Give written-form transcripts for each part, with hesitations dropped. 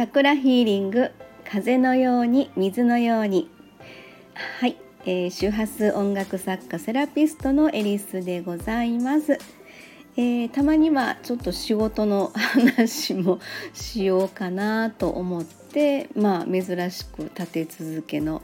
チャクラヒーリング、風のように水のように。はい、周波数音楽作家セラピストのエリスでございます。たまにはちょっと仕事の話もしようかなと思って、珍しく立て続けの、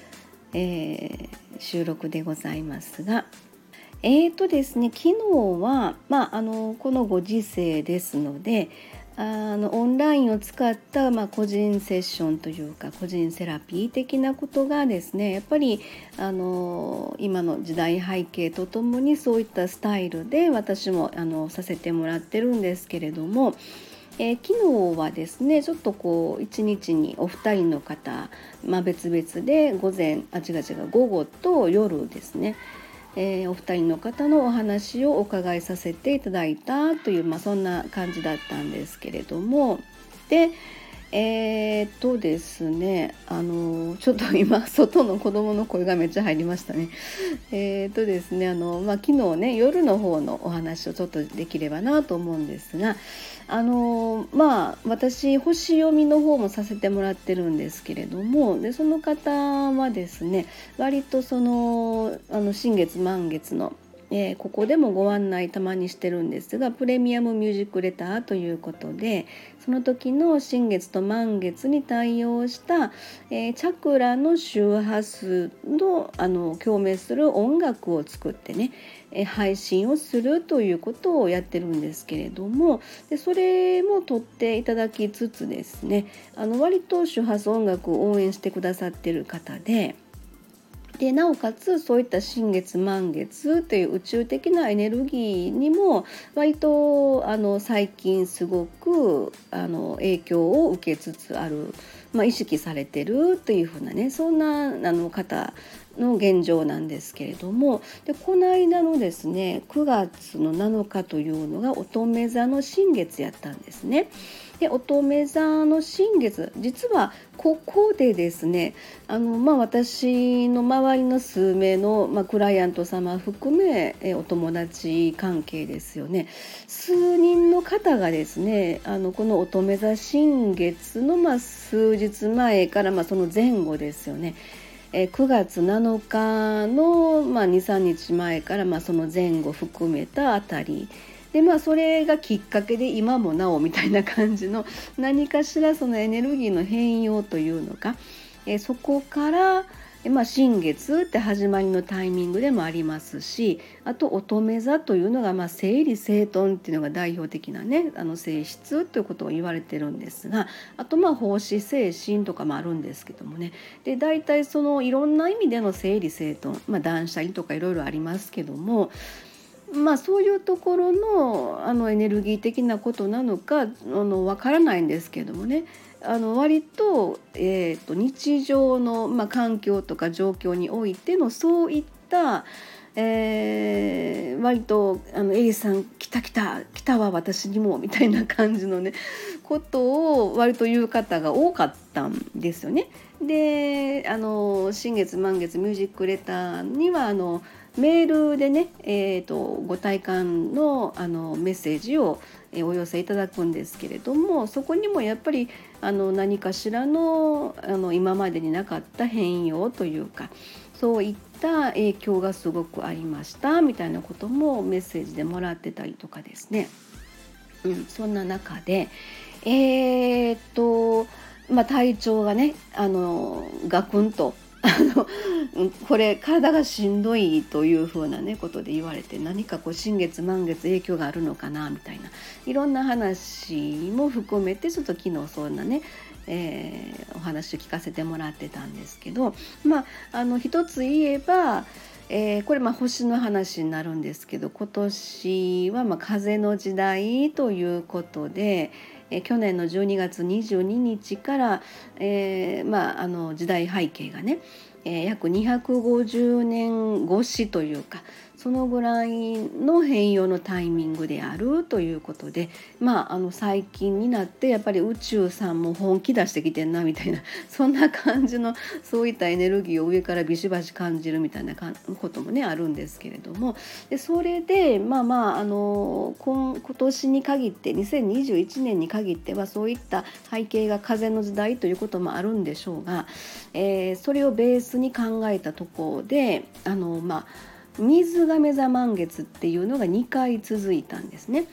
収録でございますが、ですね、昨日は、このご時世ですので、オンラインを使った、個人セッションというか個人セラピー的なことがですね、やっぱり今の時代背景とともにそういったスタイルで私もさせてもらってるんですけれども、昨日はですね、ちょっと一日にお二人の方、別々で午後と夜ですね、お二人の方のお話をお伺いさせていただいたという、そんな感じだったんですけれども、でですね、ちょっと今外の子供の声がめっちゃ入りましたね。ですね、昨日ね、夜の方のお話をちょっとできればなと思うんですが、私星読みの方もさせてもらってるんですけれども、でその方はですね、割と新月満月のここでもご案内たまにしてるんですが、プレミアムミュージックレターということで、その時の新月と満月に対応した、チャクラの周波数の共鳴する音楽を作ってね、配信をするということをやってるんですけれども、でそれも撮っていただきつつですね、割と周波数音楽を応援してくださってる方で、なおかつそういった新月満月という宇宙的なエネルギーにも割と最近すごく影響を受けつつある、意識されてるというふうなね、そんな方の現状なんですけれども、でこの間のですね9月の7日というのが乙女座の新月やったんですね。で乙女座の新月、実はここでですね、私の周りの数名の、クライアント様含めお友達関係ですよね、数人の方がですね、この乙女座新月の、数日前から、その前後ですよね、9月7日の、2、3日前から、その前後含めたあたりで、それがきっかけで今もなおみたいな感じの何かしらそのエネルギーの変容というのか、そこから、新月って始まりのタイミングでもありますし、あと乙女座というのが、整理整頓っていうのが代表的なね性質ということを言われてるんですが、あと奉仕精神とかもあるんですけどもね、で大体そのいろんな意味での整理整頓、断捨離とかいろいろありますけども、そういうところのエネルギー的なことなのかわからないんですけどもね、割と、日常の、環境とか状況においてのそういった、割とエリさん来たわ私にもみたいな感じのねことを割と言う方が多かったんですよね。で新月満月ミュージックレターにはメールでね、ご体感のメッセージをお寄せいただくんですけれども、そこにもやっぱり何かしらの今までになかった変容というか、そういった影響がすごくありましたみたいなこともメッセージでもらってたりとかですね、そんな中で体調がねガクンとこれ体がしんどいというふうなねことで言われて、何か新月満月影響があるのかなみたいないろんな話も含めてちょっと昨日そんなね、お話を聞かせてもらってたんですけど、一つ言えば、これ星の話になるんですけど、今年は風の時代ということで、去年の12月22日から、時代背景がね、約250年越しというか、 そのぐらいの変容のタイミングであるということで、最近になってやっぱり宇宙さんも本気出してきてんなみたいな、そんな感じのそういったエネルギーを上からビシバシ感じるみたいなこともねあるんですけれども、でそれで今年に限って2021年に限ってはそういった背景が風の時代ということもあるんでしょうが、それをベースに考えたところで水亀座満月っていうのが2回続いたんですね。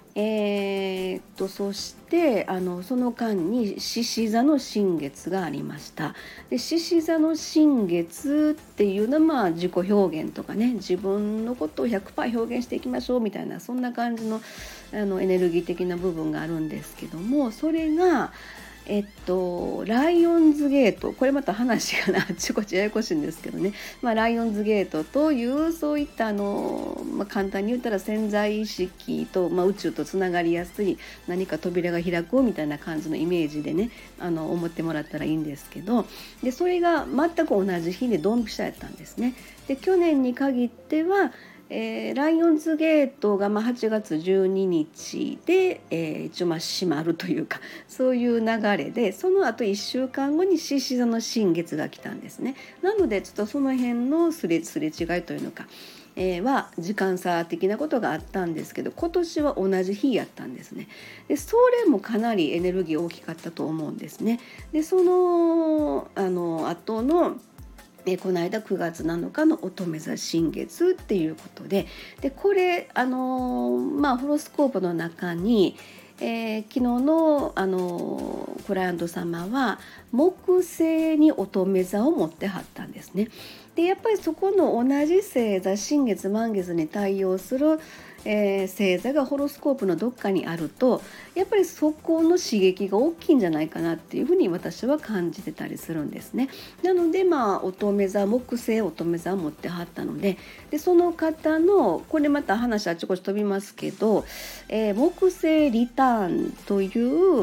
そしてその間に獅子座の新月がありました。で獅子座の新月っていうのは自己表現とかね、自分のことを 100% 表現していきましょうみたいな、そんな感じのエネルギー的な部分があるんですけども、それがライオンズゲート、これまた話があっちこっちややこしいんですけどね、ライオンズゲートというそういった簡単に言ったら潜在意識と、宇宙とつながりやすい何か扉が開くみたいな感じのイメージでね思ってもらったらいいんですけど、でそれが全く同じ日でドンピシャやったんですね。で去年に限ってはライオンズゲートが8月12日で、一応閉まるというか、そういう流れで、その後1週間後に獅子座の新月が来たんですね。なのでちょっとその辺のすれ違いというのか、は時間差的なことがあったんですけど、今年は同じ日やったんですね。でそれもかなりエネルギー大きかったと思うんですね。でその後のこの間9月7日の乙女座新月っていうことで、これホロスコープの中に、昨日の、クライアント様は木星に乙女座を持ってはったんですね。でやっぱりそこの同じ星座、新月満月に対応する星座がホロスコープのどっかにあると、やっぱりそこの刺激が大きいんじゃないかなっていうふうに私は感じてたりするんですね。なので乙女座、木星乙女座を持ってはったので、その方のこれまた話あちこち飛びますけど、木星リターンという、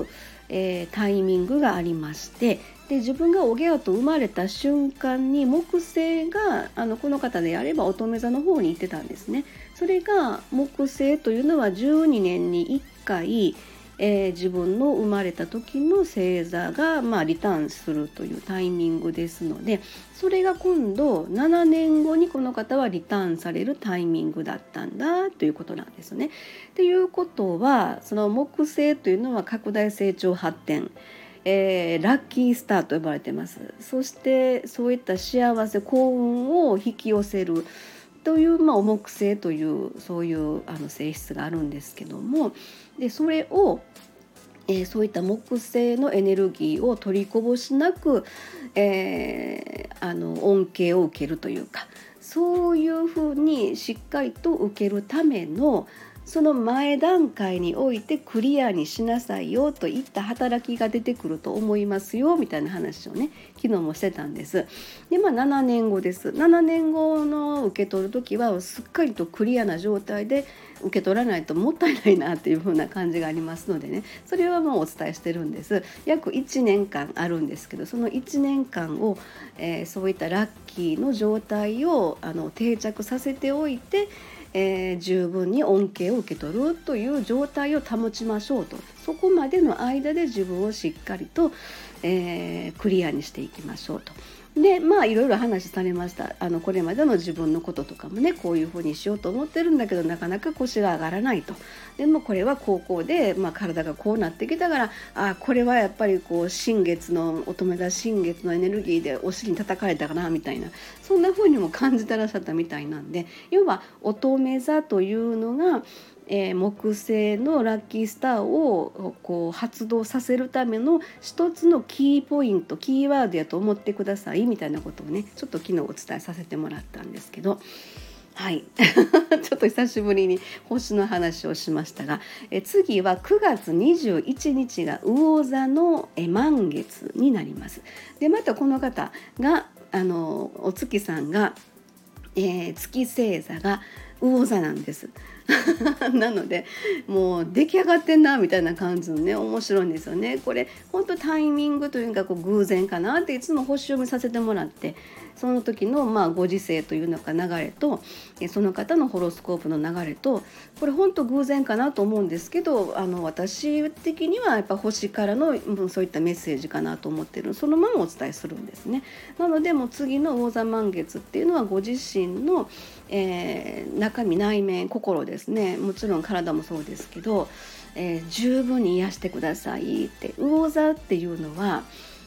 タイミングがありまして、で自分がおぎゃーと生まれた瞬間に木星がこの方であれば乙女座の方に行ってたんですね。それが木星というのは12年に1回、自分の生まれた時の星座が、リターンするというタイミングですので、それが今度7年後にこの方はリターンされるタイミングだったんだということなんですね。ということは、その木星というのは拡大成長発展、ラッキースターと呼ばれています。そしてそういった幸せ幸運を引き寄せるという、木星というそういう性質があるんですけども、でそれを、そういった木星のエネルギーを取りこぼしなく、恩恵を受けるというか、そういうふうにしっかりと受けるためのその前段階においてクリアにしなさいよといった働きが出てくると思いますよみたいな話をね昨日もしてたんです。で7年後です。7年後の受け取る時はすっかりとクリアな状態で受け取らないともったいないなっていう風な感じがありますのでね、それはもうお伝えしてるんです。約1年間あるんですけど、その1年間を、そういったラッキーの状態を定着させておいて、十分に恩恵を受け取るという状態を保ちましょうと。そこまでの間で自分をしっかりと、クリアにしていきましょうと。でいろいろ話されました。これまでの自分のこととかもね、こういうふうにしようと思ってるんだけどなかなか腰が上がらないと。でもこれは高校で、体がこうなってきたから、これはやっぱり新月の乙女座新月のエネルギーでお尻に叩かれたかなみたいな、そんな風にも感じてらっしゃったみたいなんで、要は乙女座というのが木星のラッキースターを発動させるための一つのキーポイント、キーワードやと思ってくださいみたいなことをねちょっと昨日お伝えさせてもらったんですけど、はいちょっと久しぶりに星の話をしましたが、次は9月21日が魚座の満月になります。でまたこの方がお月さんが、月星座が魚座なんですなのでもう出来上がってんなみたいな感じのね、面白いんですよね。これ本当タイミングというか偶然かなっていつも星読みさせてもらって、その時のご時世というのか流れと、その方のホロスコープの流れと、これ本当偶然かなと思うんですけど、私的にはやっぱ星からの、そういったメッセージかなと思っているの、そのままお伝えするんですね。なのでもう次の魚座満月っていうのはご自身の、中身内面心ですね、もちろん体もそうですけど、十分に癒してくださいって。魚座っていうのは、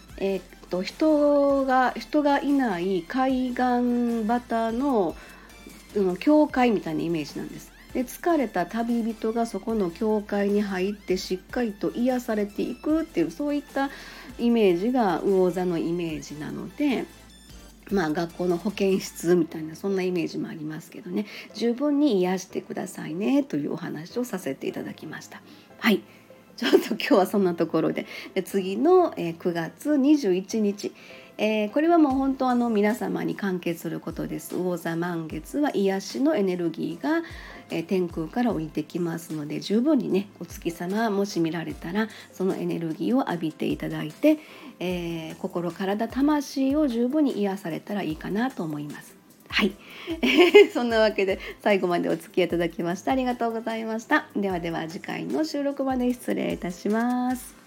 人がいない海岸端の、教会みたいなイメージなんです。で、疲れた旅人がそこの教会に入ってしっかりと癒されていくっていう、そういったイメージが魚座のイメージなので、学校の保健室みたいなそんなイメージもありますけどね、十分に癒してくださいねというお話をさせていただきました。はい、ちょっと今日はそんなところで、次の9月21日、これはもう本当皆様に関係することです。魚座満月は癒しのエネルギーが、天空から降りてきますので、十分にね、お月様もし見られたらそのエネルギーを浴びていただいて、心体魂を十分に癒されたらいいかなと思います。はい、そんなわけで最後までお付き合いいただきましてありがとうございました。ではでは次回の収録まで失礼いたします。